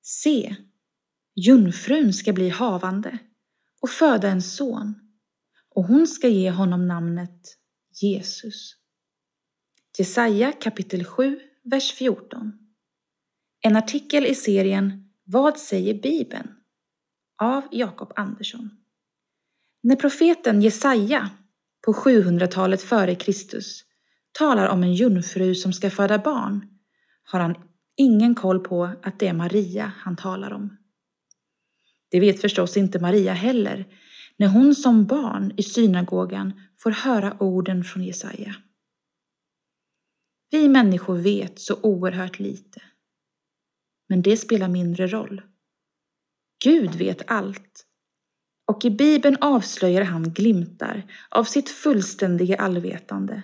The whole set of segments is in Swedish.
Se, jungfrun ska bli havande och föda en son, och hon ska ge honom namnet Jesus. Jesaja kapitel 7, vers 14. En artikel i serien Vad säger Bibeln? Av Jakob Andersson. När profeten Jesaja på 700-talet före Kristus talar om en jungfru som ska föda barn, har han ingen koll på att det är Maria han talar om. Det vet förstås inte Maria heller, när hon som barn i synagogan får höra orden från Jesaja. Vi människor vet så oerhört lite. Men det spelar mindre roll. Gud vet allt. Och i Bibeln avslöjar han glimtar av sitt fullständiga allvetande.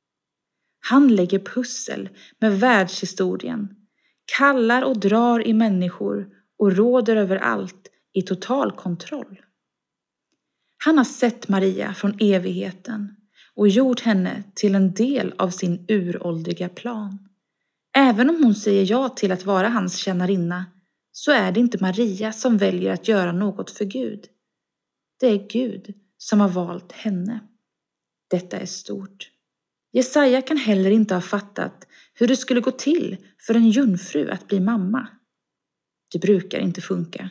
Han lägger pussel med världshistorien, kallar och drar i människor och råder över allt i total kontroll. Han har sett Maria från evigheten och gjort henne till en del av sin uråldriga plan. Även om hon säger ja till att vara hans tjänarinna, så är det inte Maria som väljer att göra något för Gud. Det är Gud som har valt henne. Detta är stort. Jesaja kan heller inte ha fattat hur det skulle gå till för en jungfru att bli mamma. Det brukar inte funka.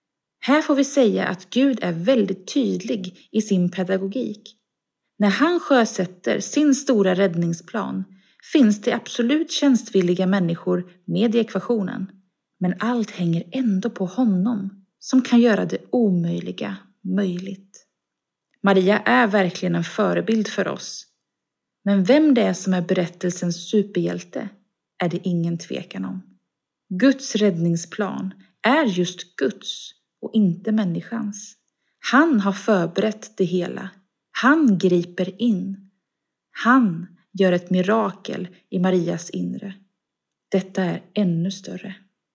Här får vi säga att Gud är väldigt tydlig i sin pedagogik. När han sjösätter sin stora räddningsplan finns det absolut tjänstvilliga människor med i ekvationen. Men allt hänger ändå på honom som kan göra det omöjliga möjligt. Maria är verkligen en förebild för oss. Men vem det är som är berättelsens superhjälte är det ingen tvekan om. Guds räddningsplan är just Guds och inte människans. Han har förberett det hela. Han griper in. Han gör ett mirakel i Marias inre. Detta är ännu större.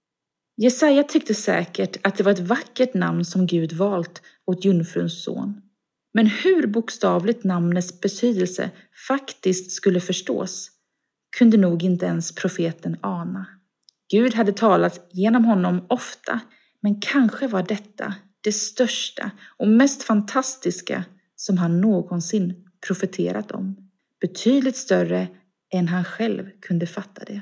Jesaja tyckte säkert att det var ett vackert namn som Gud valt åt jungfruns son. Men hur bokstavligt namnets betydelse faktiskt skulle förstås kunde nog inte ens profeten ana. Gud hade talat genom honom ofta, men kanske var detta det största och mest fantastiska som han någonsin profeterat om. Betydligt större än han själv kunde fatta det.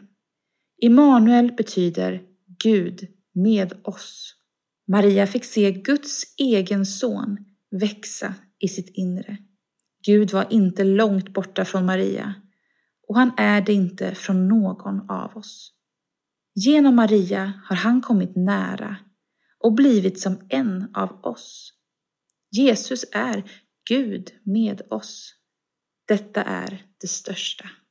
Immanuel betyder Gud med oss. Maria fick se Guds egen son växa i sitt inre. Gud var inte långt borta från Maria, och han är det inte från någon av oss. Genom Maria har han kommit nära och blivit som en av oss. Jesus är Gud med oss. Detta är det största.